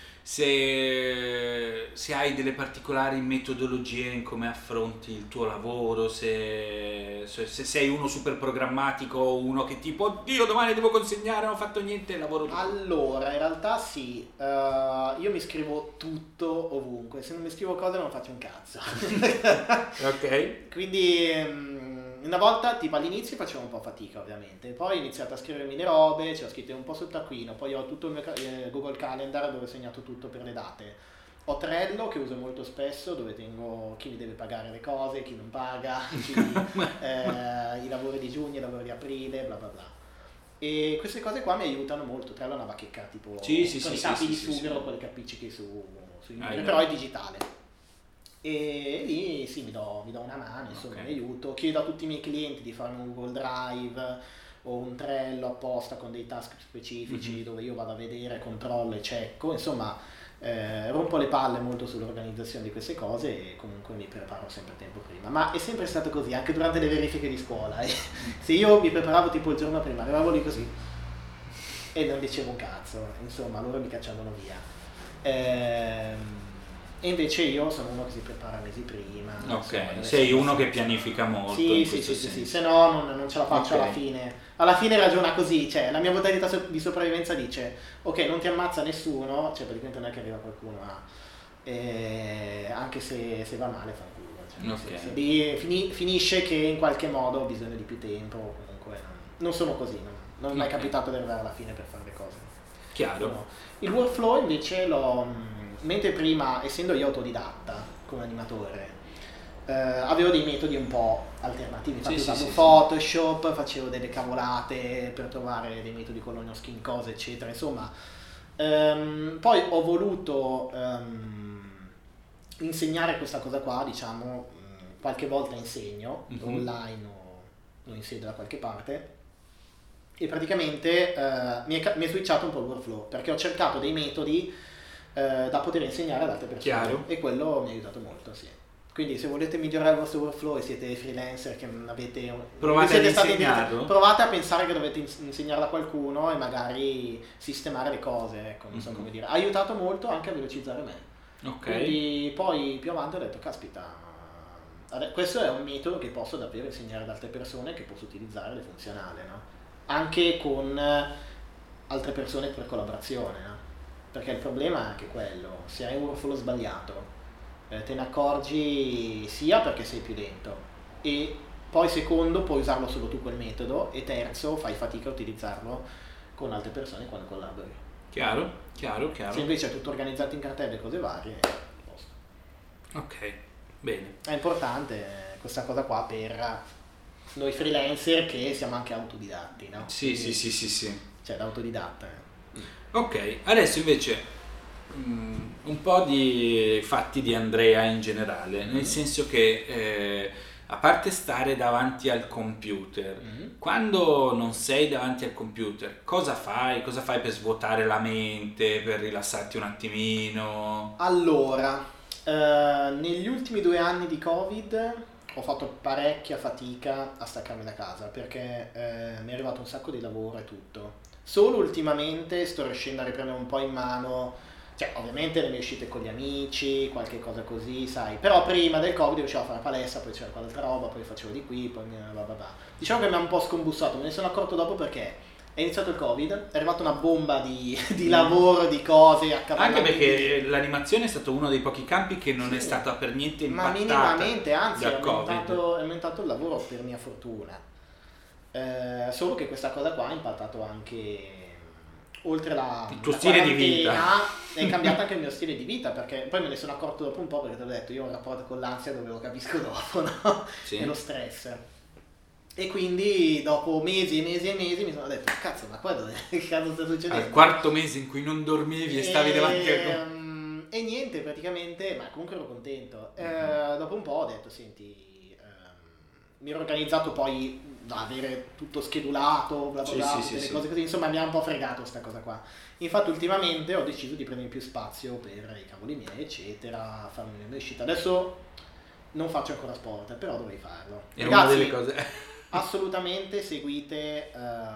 se hai delle particolari metodologie in come affronti il tuo lavoro, se sei uno super programmatico o uno che tipo oddio domani devo consegnare, non ho fatto niente, lavoro tutto. Allora, in realtà sì, io mi scrivo tutto ovunque, se non mi scrivo cose non faccio un cazzo. Ok. Quindi una volta, tipo all'inizio facevo un po' fatica ovviamente, poi ho iniziato a scrivermi le robe, ci ho scritto un po' sul taccuino, poi ho tutto il mio Google Calendar dove ho segnato tutto per le date. Ho Trello che uso molto spesso, dove tengo chi mi deve pagare le cose, chi non paga, i lavori di giugno, i lavori di aprile, bla bla bla. E queste cose qua mi aiutano molto. Trello è una bacheca tipo i capi di sughero, quelle che appiccichi su però è digitale. E lì sì, mi do una mano, insomma, mi aiuto, chiedo a tutti i miei clienti di farmi un Google Drive o un Trello apposta con dei task specifici dove io vado a vedere, controllo e checco, insomma rompo le palle molto sull'organizzazione di queste cose e comunque mi preparo sempre tempo prima, ma è sempre stato così, anche durante le verifiche di scuola, se io mi preparavo tipo il giorno prima, arrivavo lì così e non dicevo un cazzo, insomma loro mi cacciavano via. E invece io sono uno che si prepara mesi prima. Ok, sei uno che pianifica molto. Sì, se no non ce la faccio alla fine. Alla fine ragiona così, cioè la mia modalità di sopravvivenza dice ok, non ti ammazza nessuno, cioè praticamente non è che arriva qualcuno anche se va male fa culo. Cioè, finisce che in qualche modo ho bisogno di più tempo, comunque non sono così, non mi è mai capitato di arrivare alla fine per fare le cose. Chiaro. No. Il workflow invece mentre prima, essendo io autodidatta come animatore, avevo dei metodi un po' alternativi, usavo Photoshop, facevo delle cavolate per trovare dei metodi con l'onion skin, cose eccetera, insomma. Poi ho voluto insegnare questa cosa qua, diciamo, qualche volta insegno online o in sede da qualche parte, e praticamente mi è switchato un po' il workflow, perché ho cercato dei metodi da poter insegnare ad altre persone. Chiaro. E quello mi ha aiutato molto, sì. Quindi se volete migliorare il vostro workflow e siete freelancer che non avete... Provate ad insegnarlo. Provate a pensare che dovete insegnarlo a qualcuno e magari sistemare le cose, ecco, non so come dire. Ha aiutato molto anche a velocizzare me. Ok. Quindi poi più avanti ho detto, caspita, questo è un metodo che posso davvero insegnare ad altre persone, che posso utilizzare, è funzionale, no? Anche con altre persone per collaborazione, no? Perché il problema è anche quello, se hai un workflow sbagliato te ne accorgi, sia perché sei più lento, e poi secondo puoi usarlo solo tu quel metodo, e terzo fai fatica a utilizzarlo con altre persone quando collabori. Chiaro. Se invece è tutto organizzato in cartelle e cose varie, posto. Ok, bene. È importante questa cosa qua per noi freelancer che siamo anche autodidatti, no? Sì. Cioè da autodidatta. Ok, adesso invece un po' di fatti di Andrea in generale, nel senso che a parte stare davanti al computer, quando non sei davanti al computer, cosa fai? Cosa fai per svuotare la mente, per rilassarti un attimino? Allora, negli ultimi 2 anni di Covid ho fatto parecchia fatica a staccarmi da casa, perché mi è arrivato un sacco di lavoro e tutto. Solo ultimamente sto riuscendo a riprendere un po' in mano, cioè ovviamente le mie uscite con gli amici, qualche cosa così, sai, però prima del Covid riuscivo a fare palestra, poi c'era quell'altra roba, poi facevo di qui, poi diciamo che mi ha un po' scombussato, me ne sono accorto dopo perché è iniziato il Covid, è arrivata una bomba di lavoro, di cose anche perché l'animazione è stato uno dei pochi campi che non è stata per niente impattata, ma minimamente, anzi è aumentato il lavoro, per mia fortuna. Solo che questa cosa qua ha impattato anche, oltre il tuo stile di vita, è cambiato anche il mio stile di vita, perché poi me ne sono accorto dopo un po', perché ti ho detto, io ho un rapporto con l'ansia dove lo capisco dopo, no? Sì. E lo stress, e quindi dopo mesi mi sono detto, cazzo, ma qua che cazzo sta succedendo? Al 4º mese in cui non dormivi e stavi davanti e niente, praticamente, ma comunque ero contento. Dopo un po' ho detto, senti, mi ero organizzato poi da avere tutto schedulato, bla bla bla, tutte le cose così, insomma mi ha un po' fregato sta cosa qua. Infatti ultimamente ho deciso di prendere più spazio per i cavoli miei, eccetera, farmi le mie uscite. Adesso non faccio ancora sport, però dovrei farlo. È una delle cose. Assolutamente seguitevi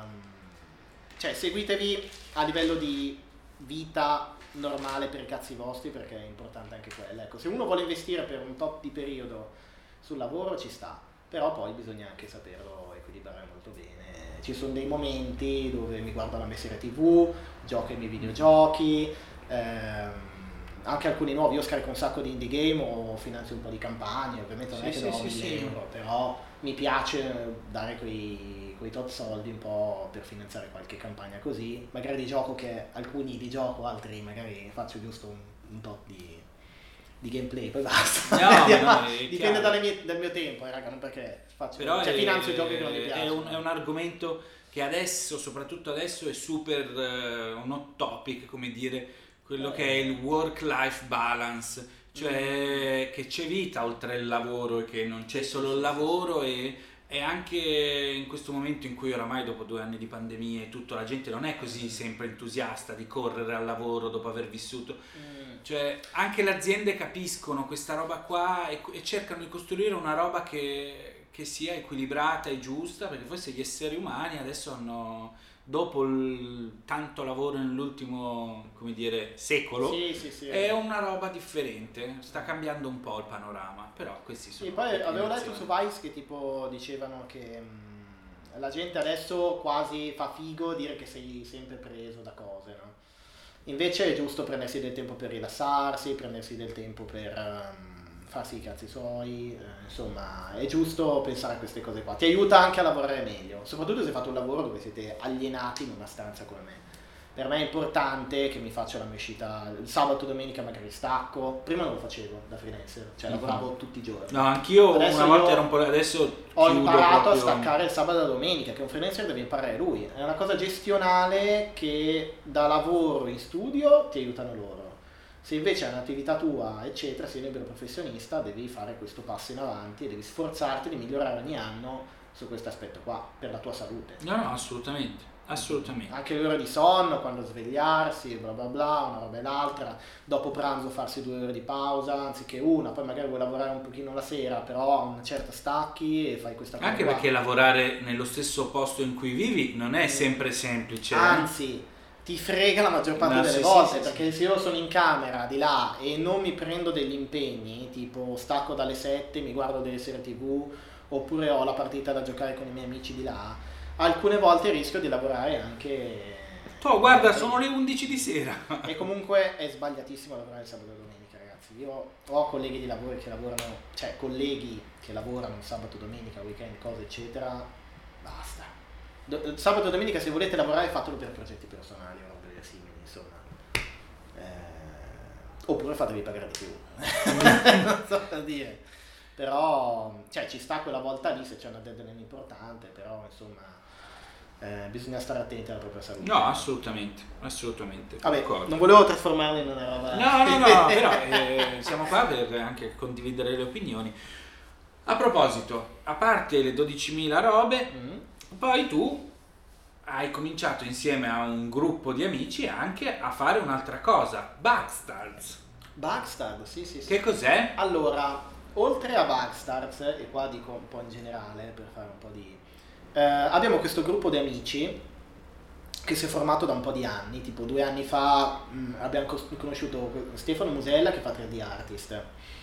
a livello di vita normale per i cazzi vostri, perché è importante anche quello. Ecco, se uno vuole investire per un tot di periodo sul lavoro ci sta, però poi bisogna anche saperlo equilibrare molto bene. Ci sono dei momenti dove mi guardo la mia serie TV, gioco ai miei videogiochi, anche alcuni nuovi. Io scarico un sacco di indie game o finanzio un po' di campagne, ovviamente non è che do 1.000 euro, però mi piace dare quei tot soldi un po' per finanziare qualche campagna così, magari di gioco, che alcuni di gioco, altri magari faccio giusto un tot di gameplay, poi basta. No, dipende dal mio tempo, raga, non perché faccio, però finanzio giochi che non mi piacciono. È un argomento che adesso, soprattutto adesso, è super un hot topic, come dire, quello che è il work-life balance, cioè che c'è vita oltre il lavoro e che non c'è solo il lavoro, e anche in questo momento in cui oramai dopo 2 anni di pandemia e tutto, la gente non è così sempre entusiasta di correre al lavoro dopo aver vissuto, cioè anche le aziende capiscono questa roba qua e cercano di costruire una roba che sia equilibrata e giusta, perché forse gli esseri umani adesso hanno dopo il tanto lavoro nell'ultimo, come dire, secolo, sì, è una roba differente, sta cambiando un po' il panorama, però questi sono... Sì, poi avevo letto su Vice che tipo dicevano che la gente adesso quasi fa figo dire che sei sempre preso da cose, no? Invece è giusto prendersi del tempo per rilassarsi, prendersi del tempo per farsi i cazzi suoi, insomma è giusto pensare a queste cose qua, ti aiuta anche a lavorare meglio, soprattutto se fate un lavoro dove siete alienati in una stanza come me. Per me è importante che mi faccia la mia uscita il sabato, domenica magari stacco, prima non lo facevo da freelancer, cioè lavoravo tutti i giorni. No, anch'io adesso una volta ero un po', adesso ho imparato proprio... a staccare il sabato e la domenica, che un freelancer deve imparare lui, è una cosa gestionale che da lavoro in studio ti aiutano loro. Se invece è un'attività tua, eccetera, sei libero professionista, devi fare questo passo in avanti e devi sforzarti di migliorare ogni anno su questo aspetto qua, per la tua salute. No, assolutamente. Anche le ore di sonno, quando svegliarsi, bla bla bla, una roba e l'altra, dopo pranzo farsi 2 ore di pausa, anziché una, poi magari vuoi lavorare un pochino la sera, però a una certa stacchi e fai questa cosa. Anche perché lavorare nello stesso posto in cui vivi non è sempre semplice. Anzi, ti frega la maggior parte delle volte, perché se io sono in camera di là e non mi prendo degli impegni, tipo stacco dalle 7, mi guardo delle serie TV, oppure ho la partita da giocare con i miei amici di là, alcune volte rischio di lavorare anche... Guarda, sono le 11 di sera. E comunque è sbagliatissimo lavorare il sabato e domenica, ragazzi. Io ho colleghi di lavoro che lavorano, cioè colleghi che lavorano sabato, domenica, weekend, cose eccetera, basta. Sabato e domenica se volete lavorare fatelo per progetti personali o robe simili, insomma. Oppure fatevi pagare di più. Non so per dire. Però, cioè ci sta quella volta lì se c'è una deadline importante, però insomma bisogna stare attenti alla propria salute. No, assolutamente. Vabbè, D'accordo. non volevo trasformarlo in una roba... No, però siamo qua per anche condividere le opinioni. A proposito, a parte le 12.000 robe, poi tu hai cominciato insieme a un gruppo di amici anche a fare un'altra cosa, Bugstars. Bugstars, sì. Che cos'è? Allora, oltre a Bugstars, e qua dico un po' in generale per fare un po' di... abbiamo questo gruppo di amici che si è formato da un po' di anni, tipo 2 anni fa abbiamo conosciuto Stefano Musella che fa 3D Artist,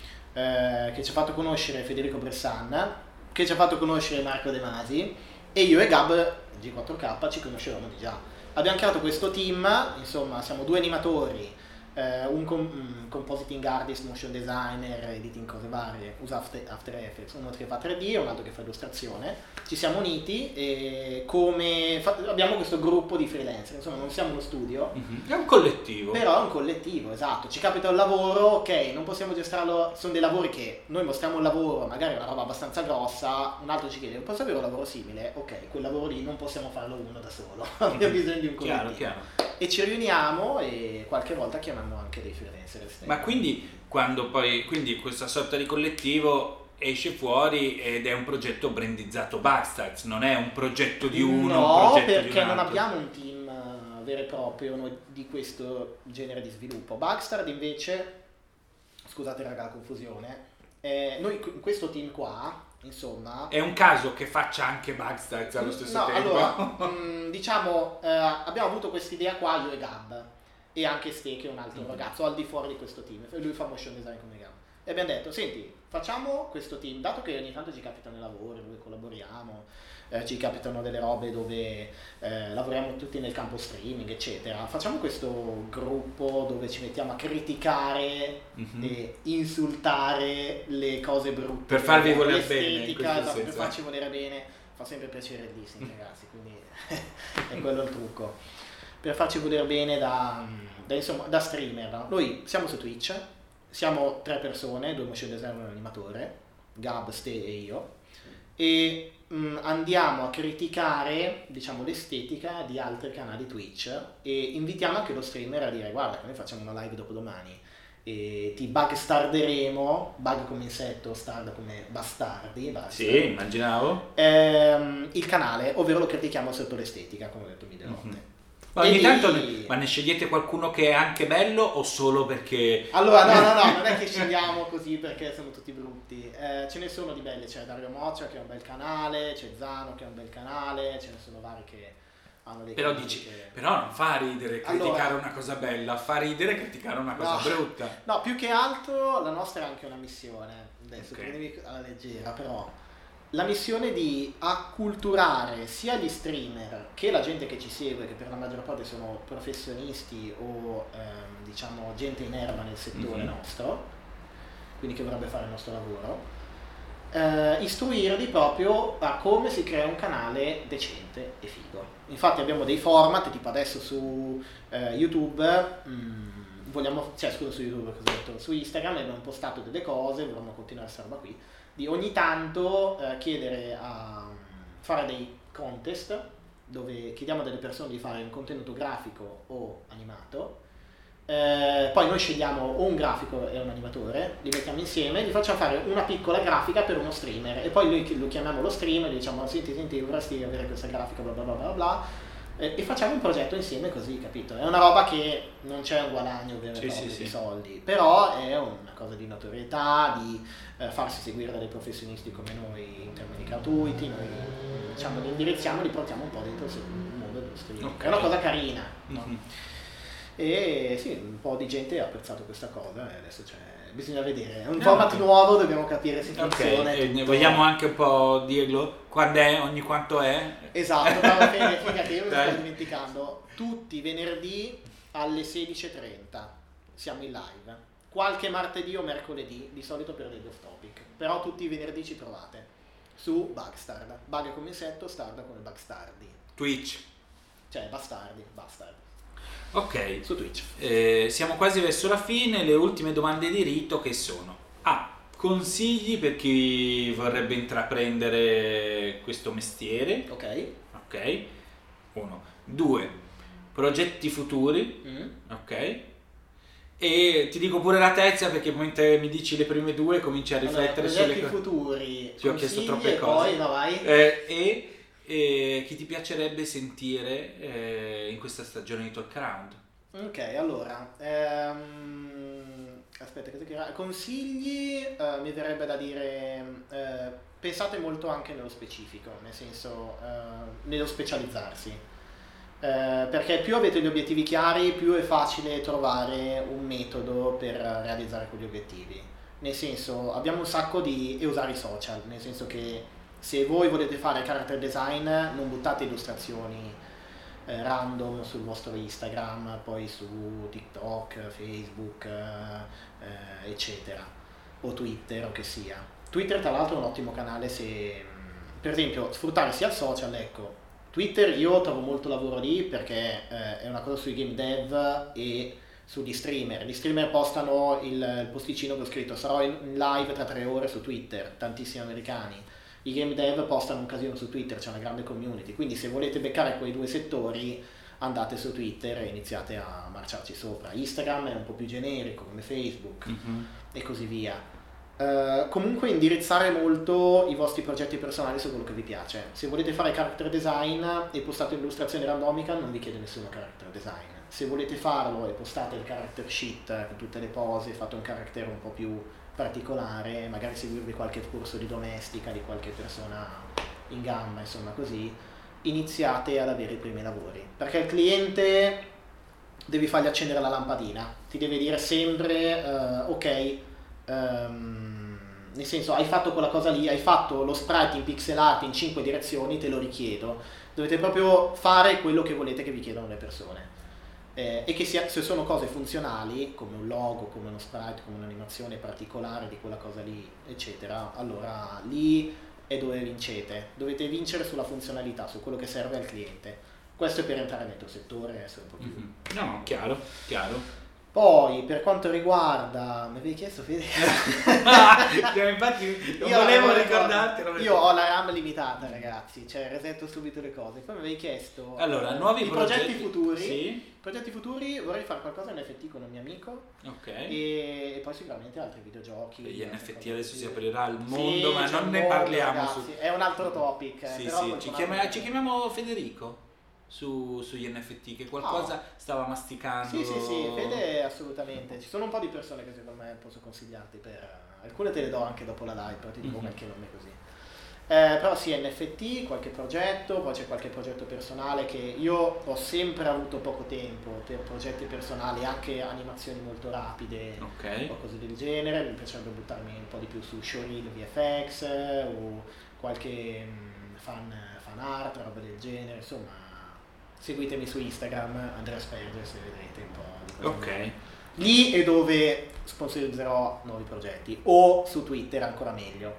che ci ha fatto conoscere Federico Bressan, che ci ha fatto conoscere Marco De Masi, e io e Gab G4K ci conoscevamo di già. Abbiamo creato questo team, insomma siamo 2 animatori, un compositing artist, motion designer, editing cose varie, usa After Effects, uno che fa 3D e un altro che fa illustrazione. Ci siamo uniti e abbiamo questo gruppo di freelancer, insomma non siamo uno studio, È un collettivo. però è un collettivo, esatto. Ci capita un lavoro, ok, non possiamo gestirlo, sono dei lavori che noi mostriamo un lavoro, magari una roba abbastanza grossa, un altro ci chiede, posso avere un lavoro simile? Ok, quel lavoro lì non possiamo farlo uno da solo, abbiamo bisogno di un collettivo. Chiaro. E ci riuniamo e qualche volta chiamiamo anche dei freelancer esterni. Ma quindi quindi questa sorta di collettivo esce fuori ed è un progetto brandizzato Bugstars, non è un progetto di uno, no, un progetto perché di un non altro. abbiamo un team vero e proprio noi, di questo genere di sviluppo. Bugstars invece, scusate raga la confusione, noi in questo team qua, insomma... È un caso che faccia anche Bugstars allo stesso tempo? Allora, diciamo, abbiamo avuto quest'idea qua io e Gab, e anche Ste che è un altro ragazzo al di fuori di questo team, lui fa motion design come Gab. E abbiamo detto, senti, facciamo questo team, dato che ogni tanto ci capitano i lavori dove collaboriamo, ci capitano delle robe dove lavoriamo tutti nel campo streaming, eccetera, facciamo questo gruppo dove ci mettiamo a criticare e insultare le cose brutte. Per farvi volere bene, in l'estetica, questo esatto, per senso. farci volere bene, fa sempre piacere il listening, ragazzi, quindi è quello il trucco. Per farci volere bene da streamer. No? Noi siamo su Twitch, siamo 3 persone, 2 motion designer e un animatore, Gab, Ste e io, e andiamo a criticare, diciamo, l'estetica di altri canali Twitch e invitiamo anche lo streamer a dire guarda che noi facciamo una live dopodomani e ti bugstarderemo, bug come insetto, stard come bastardi, basta. Sì, immaginavo. Il canale, ovvero lo critichiamo sotto l'estetica, come ho detto mille volte. Ma ogni tanto ma ne scegliete qualcuno che è anche bello o solo perché... Allora no, non è che scegliamo così perché sono tutti brutti, ce ne sono di belli, c'è Dario Moccia che è un bel canale, c'è Zano che è un bel canale, ce ne sono vari che hanno dei Però canali dici, però non fa ridere criticare una cosa bella, fa ridere criticare una cosa brutta. No, più che altro la nostra è anche una missione, adesso Ok. prendevi alla leggera, però la missione di acculturare sia gli streamer che la gente che ci segue, che per la maggior parte sono professionisti o diciamo gente in erba nel settore nostro, quindi che vorrebbe fare il nostro lavoro, istruirli proprio a come si crea un canale decente e figo. Infatti abbiamo dei format, tipo adesso su YouTube, su YouTube, cosa ho detto? Su Instagram abbiamo postato delle cose, vorremmo continuare questa roba qui, di ogni tanto chiedere a fare dei contest dove chiediamo a delle persone di fare un contenuto grafico o animato. Poi noi scegliamo o un grafico e un animatore, li mettiamo insieme, gli facciamo fare una piccola grafica per uno streamer e poi lui lo chiamiamo lo streamer, gli diciamo senti vorresti avere questa grafica bla bla bla bla bla, e facciamo un progetto insieme così, capito? È una roba che non c'è un guadagno vero e proprio di soldi, però è una cosa di notorietà, di farsi seguire da dei professionisti come noi in termini gratuiti, noi diciamo li indirizziamo, li portiamo un po' dentro il mondo dello streaming. Okay. È una cosa carina, no? E sì, un po' di gente ha apprezzato questa cosa e adesso bisogna vedere, è un format nuovo, dobbiamo capire se funziona. E ne vogliamo anche un po' dirlo? Quando è? Ogni quanto è? Esatto, però figati, io mi sto dimenticando, tutti i venerdì alle 16:30 siamo in live, qualche martedì o mercoledì, di solito per degli off topic, però tutti i venerdì ci trovate su Bugstard, bug come insetto, stard come Bugstardi, Twitch. cioè bastard. Ok, Su Twitch. Siamo quasi verso la fine, le ultime domande di rito che sono: consigli per chi vorrebbe intraprendere questo mestiere? Ok. 1. 2. Progetti futuri? Ok. E ti dico pure la terza perché mentre mi dici le prime due cominci a riflettere sulle progetti futuri. Ti ho chiesto troppe cose. Poi, no, vai. E chi ti piacerebbe sentire in questa stagione di Talk Around? Ok, allora aspetta, consigli, mi verrebbe da dire pensate molto anche nello specifico, nel senso nello specializzarsi, perché più avete gli obiettivi chiari, più è facile trovare un metodo per realizzare quegli obiettivi. Nel senso, abbiamo un sacco e usare i social, nel senso che se voi volete fare character design non buttate illustrazioni random sul vostro Instagram, poi su TikTok, Facebook, eccetera, o Twitter o che sia. Twitter tra l'altro è un ottimo canale se, per esempio, sfruttare sia il social, ecco. Twitter io trovo molto lavoro lì perché è una cosa sui game dev e sugli streamer. Gli streamer postano il posticino che ho scritto sarò in live tra 3 ore su Twitter, tantissimi americani. I game dev postano un casino su Twitter, c'è una grande community, quindi se volete beccare quei due settori andate su Twitter e iniziate a marciarci sopra. Instagram è un po' più generico come Facebook e così via. Comunque indirizzare molto i vostri progetti personali su quello che vi piace. Se volete fare character design e postate illustrazioni randomica non vi chiede nessuno character design. Se volete farlo e postate il character sheet con tutte le pose, fate un character un po' più particolare, magari seguirvi qualche corso di domestica di qualche persona in gamba, insomma così, iniziate ad avere i primi lavori, perché il cliente devi fargli accendere la lampadina, ti deve dire sempre nel senso hai fatto quella cosa lì, hai fatto lo sprite in pixel art in 5 direzioni, te lo richiedo, dovete proprio fare quello che volete che vi chiedono le persone. E che se sono cose funzionali come un logo, come uno sprite, come un'animazione particolare di quella cosa lì eccetera, allora lì è dove vincete, dovete vincere sulla funzionalità, su quello che serve al cliente. Questo è per entrare nel tuo settore, essere un po' più No, chiaro. Poi per quanto riguarda, mi avevi chiesto Fede? Infatti non volevo ricordartelo. Io ho la RAM limitata ragazzi, cioè resetto subito le cose. Poi mi avevi chiesto nuovi progetti futuri. Sì. Progetti futuri, vorrei fare qualcosa in NFT con un mio amico. Ok. E poi sicuramente altri videogiochi. Gli NFT adesso si aprirà al mondo, ma non ne parliamo. Ragazzi, è un altro topic. Sì, però ci chiamiamo Federico. Sugli NFT che qualcosa stava masticando. Sì, Fede assolutamente. Ci sono un po' di persone che secondo me posso consigliarti per alcune te le do anche dopo la live, però ti dico perché non è così. Però sì, NFT, qualche progetto, poi c'è qualche progetto personale che io ho sempre avuto poco tempo per progetti personali, anche animazioni molto rapide Ok. o cose del genere. Mi piacerebbe buttarmi un po' di più su showreel VFX o qualche fan art, roba del genere, insomma. Seguitemi su Instagram, Andrea Asperger, se vedrete un po' di cose. Ok. Lì è dove sponsorizzerò nuovi progetti, o su Twitter ancora meglio.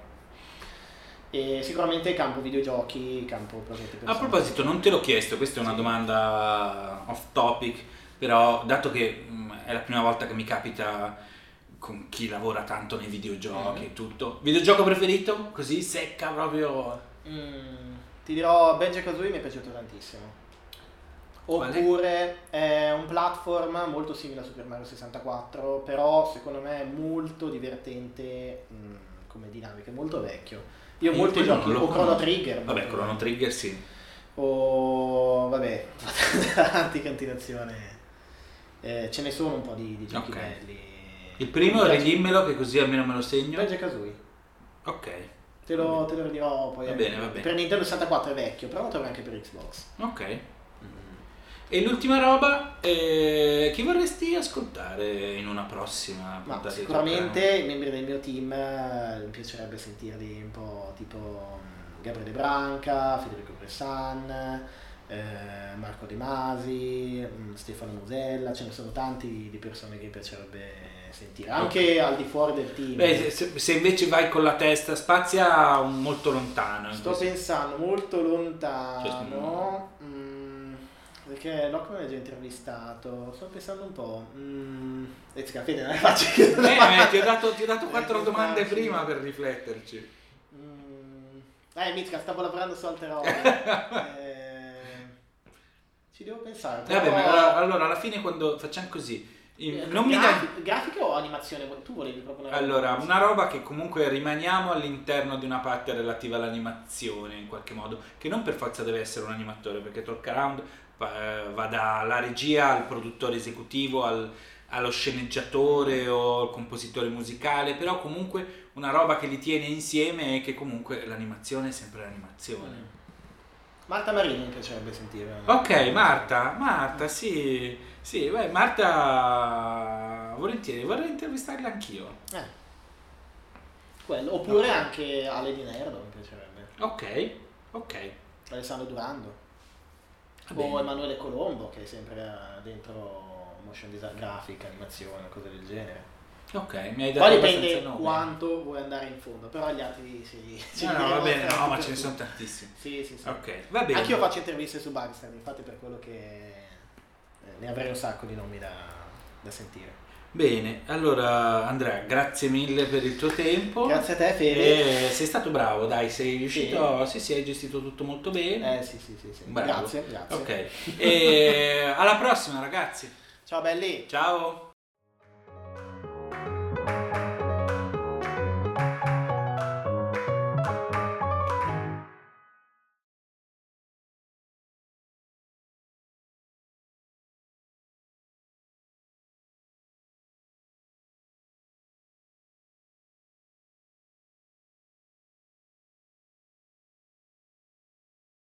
E sicuramente campo videogiochi, campo progetti A personali. proposito, non te l'ho chiesto, questa è una domanda off topic, però dato che è la prima volta che mi capita con chi lavora tanto nei videogiochi e tutto, videogioco preferito? Così secca proprio. Ti dirò, Banjo-Kazooie mi è piaciuto tantissimo. Qual è? Oppure è un platform molto simile a Super Mario 64, però secondo me è molto divertente come dinamica, è molto vecchio. Io molti quello giochi, non lo o Chrono conosco. Trigger. Vabbè, molto Chrono bello. Trigger sì. O vabbè, avanti continuazione. Ce ne sono un po' di giochi Ok. belli. Il primo, Mi piace. ridimmelo che così almeno me lo segno. Banjo-Kazooie. Ok. Te lo ridirò poi. Va bene, va bene. Per Nintendo 64 è vecchio, però lo trovo anche per Xbox. Ok. E l'ultima roba, chi vorresti ascoltare in una prossima Ma puntata di sicuramente Talk i membri del mio team mi piacerebbe sentirli un po' tipo Gabriele Branca, Federico Bressan, Marco De Masi, Stefano Musella, ce ne sono tanti di persone che mi piacerebbe sentire, anche al di fuori del team. Beh, se invece vai con la testa spazia molto lontano. Sto così. pensando molto lontano, Cioè, perché Locke mi ha già intervistato, sto pensando un po'. Fede, non è facile. Ti ho dato 4 domande facile. prima per rifletterci. Mitka, stavo lavorando su altre robe. Ci devo pensare. Vabbè, però- ma allora alla fine quando facciamo così, non mi dai... Grafica o animazione? Tu volevi proprio una roba Allora, così? una roba che comunque rimaniamo all'interno di una parte relativa all'animazione in qualche modo, che non per forza deve essere un animatore, perché Talk Around va dalla regia al produttore esecutivo, allo sceneggiatore o al compositore musicale, però comunque una roba che li tiene insieme e che comunque l'animazione è sempre l'animazione. Marta Marini mi piacerebbe sentire. Ok, Marta, sì, beh, Marta, volentieri, vorrei intervistarla anch'io. Quello. Oppure anche Ale Di Nerdo mi piacerebbe. Ok, Alessandro Durando. Va bene. O Emanuele Colombo, che è sempre dentro motion design, grafica, animazione, cose del genere. ok, mi hai dato Poi abbastanza dipende nomi. quanto vuoi andare in fondo, però gli altri sì. No, va bene, no, ma ce ne sono tantissimi. Sì. Ok, va bene. Anche io faccio interviste su Bugstar, infatti per quello che ne avrei un sacco di nomi da sentire. Bene, allora Andrea, grazie mille per il tuo tempo. Grazie a te, Fede. Sei stato bravo, dai, sei riuscito, sì, hai gestito tutto molto bene. Sì. Bravo. Grazie. Ok, e alla prossima ragazzi. Ciao belli. Ciao.